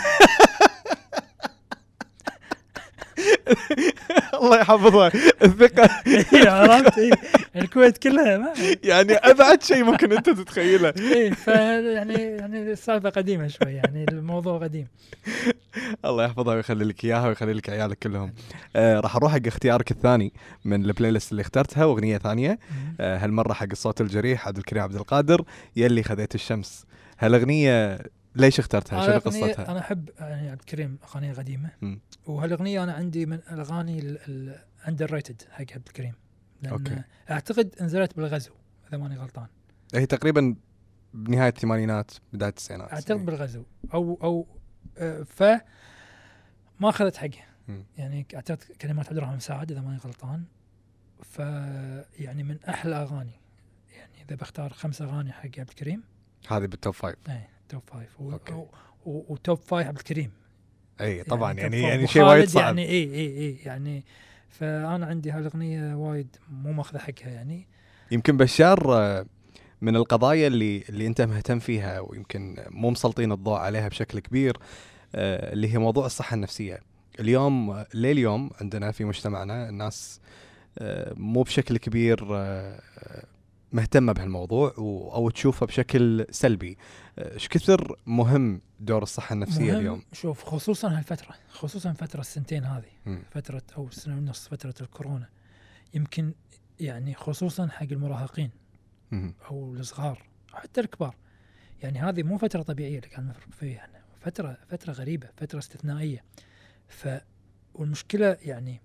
الله يحفظها الثقة. عرفت إيه؟ الكويت كلها ما يعني أبعد شيء ممكن أنت تتخيله. ايه فيعني يعني السالفه قديمه شوي، يعني الموضوع قديم. الله يحفظها ويخلي لك إياها ويخلي لك عيالك كلهم. آه راح أروح حق اختيارك الثاني من البلاي ليست اللي اخترتها، وأغنية ثانية آه هالمرة حق الصوت الجريح عبد الكريم عبد القادر، يلي خذيت الشمس. هالأغنية ليش اخترتها؟ شنو قصتها؟ انا احب يعني عبد الكريم اغاني قديمه، م. وهالاغنيه انا عندي من الاغاني الاندر ريتد حق عبد الكريم، لان أوكي. اعتقد نزلت بالغزو اذا ماني غلطان، هي تقريبا بنهاية الثمانينات بداية التسعينات اعتقد بالغزو او او آه ف ما اخذت حقه. م. يعني اعتقد كلمات عبد الرحمن مساعد اذا ماني غلطان. ف يعني من احلى اغاني، يعني اذا بختار خمس اغاني حق عبد الكريم هذه بالتوب فايف. اي توب فايف و... أوكي. و... و... وتوب فايف عبد الكريم. اي طبعا يعني يعني توب يعني فايف. شيء وايد وخالد صعب. يعني اي اي اي يعني فانا عندي هالاغنيه وايد مو ماخذه حقها يعني. يمكن بشار آه، من القضايا اللي اللي انت مهتم فيها ويمكن مو مسلطين الضوء عليها بشكل كبير، آه، اللي هي موضوع الصحة النفسية. اليوم لليوم عندنا في مجتمعنا الناس آه، مو بشكل كبير آه، مهتمة بهالموضوع و- او تشوفه بشكل سلبي. آه، ايش كثر مهم دور الصحة النفسية مهم. اليوم؟ شوف خصوصا هالفتره، خصوصا فتره السنتين هذه، مم. فتره او سنه ونص فتره الكورونا، يمكن يعني خصوصا حق المراهقين مم. او الصغار حتى الكبار. يعني هذه مو فتره طبيعيه اللي قاعد نمر فيها احنا، فتره فتره غريبه، فتره استثنائيه. ف والمشكله يعني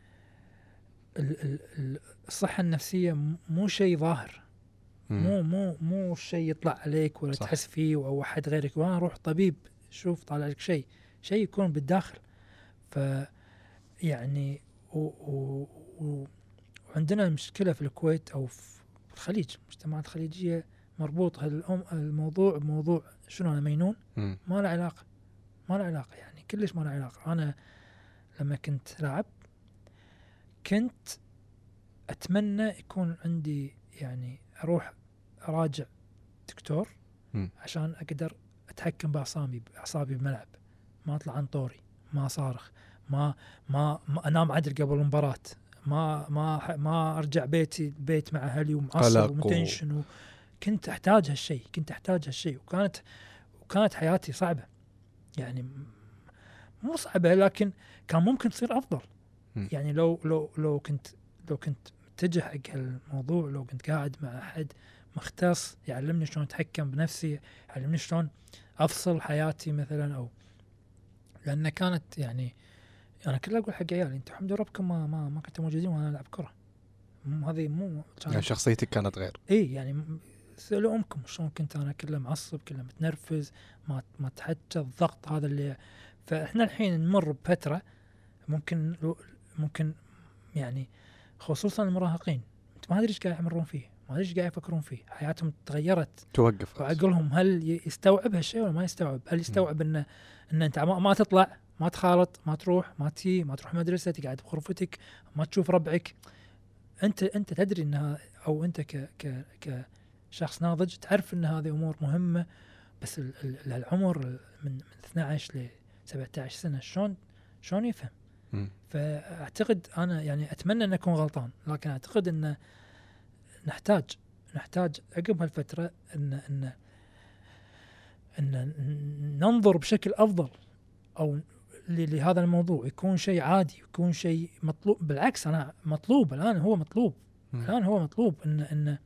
ال ال ال الصحه النفسيه م- مو شيء ظاهر، مم. مو مو مو شيء يطلع عليك ولا صح. تحس فيه او احد غيرك، وانا اروح طبيب شوف طالع لك شيء، شيء يكون بالداخل. ف يعني و و و وعندنا مشكله في الكويت او في الخليج، المجتمعات الخليجيه مربوط هالأم الموضوع بموضوع شنو انا مجنون، مم. ما له علاقه، ما له علاقه يعني كلش ما له علاقه. انا لما كنت لاعب كنت اتمنى يكون عندي يعني اروح اراجع دكتور مم. عشان اقدر اتحكم باعصابي باعصابي بالملعب، ما اطلع عن طوري، ما صارخ، ما ما, ما انام عدل قبل المباراه، ما ما ما ارجع بيتي البيت مع اهلي ومعصب قلق و- ومتنشن و... كنت احتاج هالشيء، كنت احتاج هالشيء، وكانت وكانت حياتي صعبه يعني م- مو صعبه، لكن كان ممكن تصير افضل. مم. يعني لو لو لو كنت لو كنت متجه حق هالموضوع، لو كنت قاعد مع احد مختص يعلمني شلون اتحكم بنفسي، يعلمني شلون افصل حياتي مثلا، او لان كانت يعني انا كله اقول حق عيالي انتم الحمد لله ربكم ما ما, ما كنتوا موجودين وانا العب كره، مو هذه مو يعني شخصيتك كانت غير. اي يعني م- سألوا امكم شلون كنت انا كله معصب كله متنرفز ما ما تحكى الضغط هذا اللي. فاحنا الحين نمر بفتره ممكن لو- ممكن يعني خصوصا المراهقين انت ما ادري ايش قاعد يمرون فيه، ما ادري ايش قاعد يفكرون فيه، حياتهم تغيرت، توقف. وعقلهم هل ي- يستوعب هالشيء ولا ما يستوعب؟ هل يستوعب انه ان انت ما, ما تطلع، ما تخالط، ما تروح، ما تي، ما تروح مدرسه، تقعد بغرفتك، ما تشوف ربعك. انت انت تدري انها، او انت ك ك كشخص ناضج تعرف ان هذه امور مهمه، بس ال- ال- العمر من من اثنعش ل سبعة عشر سنه شلون شلون يفهم؟ فاعتقد انا يعني اتمنى ان اكون غلطان، لكن اعتقد ان نحتاج نحتاج عقب هالفتره ان ان ان ننظر بشكل افضل او لهذا الموضوع، يكون شيء عادي، يكون شيء مطلوب. بالعكس انا مطلوب الان، هو مطلوب م. الان هو مطلوب ان ان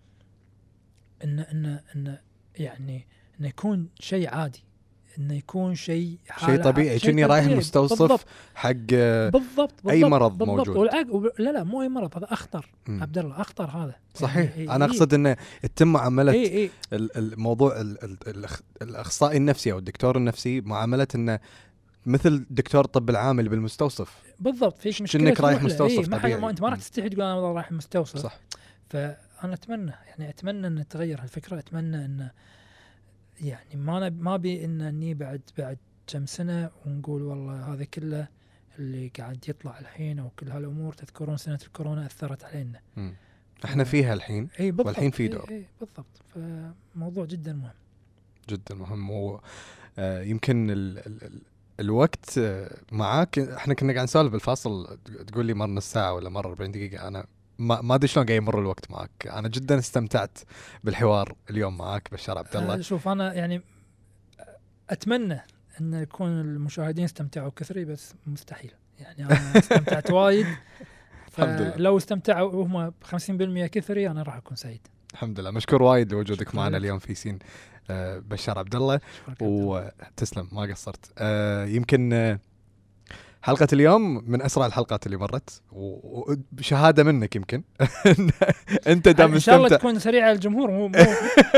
ان ان, إن يعني انه يكون شيء عادي، انه يكون شيء شيء طبيعي، كأني رايح المستوصف حق بالضبط بالضبط اي مرض بالضبط موجود. والعق... لا لا مو اي مرض، هذا اخطر م. عبد الله، اخطر هذا صحيح. يعني انا اقصد انه يتم معامله إيه إيه الموضوع الاخصائي النفسي او الدكتور النفسي معامله انه مثل دكتور الطب العام اللي بالمستوصف بالضبط. فيش مشكله انك رايح مستوصف إيه طبيعي، ما انت ما راح تستحي تقول انا رايح مستوصف. صح. فانا اتمنى يعني اتمنى ان تتغير هالفكره، اتمنى ان يعني ما ما بي انني بعد بعد كم سنه ونقول والله هذا كله اللي قاعد يطلع الحين او كل هالامور. تذكرون سنه الكورونا اثرت علينا، م. احنا فيها الحين اي والحين في دور. اي اي بالضبط. فموضوع جدا مهم جدا مهم. و آه يمكن ال ال ال الوقت معاك، احنا كنا قاعد نسولف بالفاصل تقول لي مر نص ساعه ولا مر أربعين دقيقه، انا ما ما ادري شلون قاعد يمر الوقت معك. انا جدا استمتعت بالحوار اليوم معك بشار عبد الله. أه شوف انا يعني اتمنى ان يكون المشاهدين استمتعوا كثري، بس مستحيل يعني. انا استمتعت وايد، فلو استمتعوا هم خمسين بالمئة كثري انا راح اكون سعيد. الحمد لله. مشكور وايد لوجودك معنا اليوم في سين آه بشار عبد الله، وتسلم ما قصرت. آه يمكن آه حلقة اليوم من أسرع الحلقات اللي مرت، وبشهادة منك يمكن أنت دام إن شاء الله تكون سريعة الجمهور. مو, مو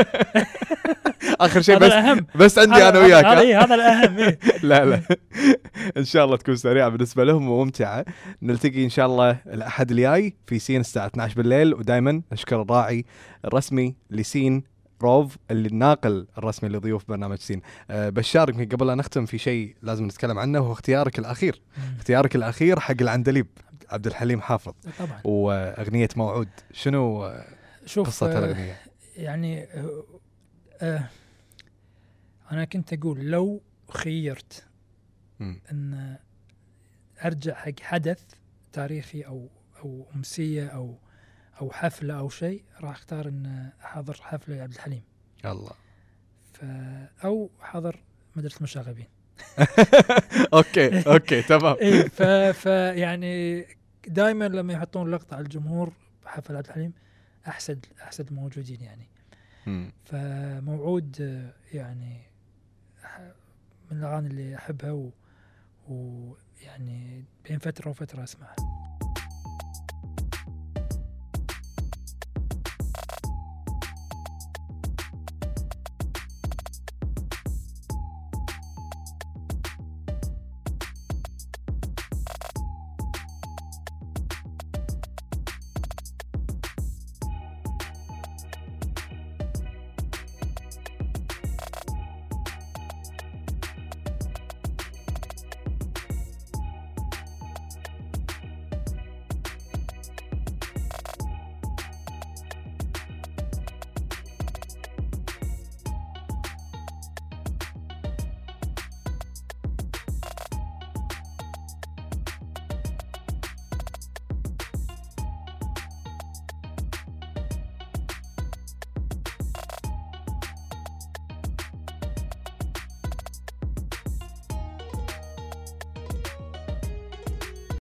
آخر شيء بس الأهم. بس عندي أنا وياك هذا الأهم. إيه؟ لا لا إن شاء الله تكون سريعة بالنسبة لهم وممتعة. نلتقي إن شاء الله الأحد الجاي في سين الساعة اثنعش بالليل. ودائما نشكر الراعي الرسمي لسين روف اللي الناقل الرسمي لضيوف برنامج سين. أه بشار، يمكن قبل لا نختم في شيء لازم نتكلم عنه، وهو اختيارك الأخير مم. اختيارك الأخير حق العندليب عبد الحليم حافظ طبعا، وأغنية موعود. شنو شوف قصة الأغنية؟ يعني أه أه أنا كنت أقول لو خيرت مم. أن أرجع حق حدث تاريخي أو أو أمسية أو أو حفلة أو شيء، راح أختار أن أحضر حفلة عبد الحليم. الله. ف أو حضر مدرسة مشاغبين. أوكي أوكي تمام. إيه ف ف يعني دائما لما يحطون لقطة على الجمهور بحفل عبد الحليم أحسد أحسد الموجودين يعني. م. فموعود يعني من الأغاني اللي أحبها، ويعني بين فترة وفترة أسمعها.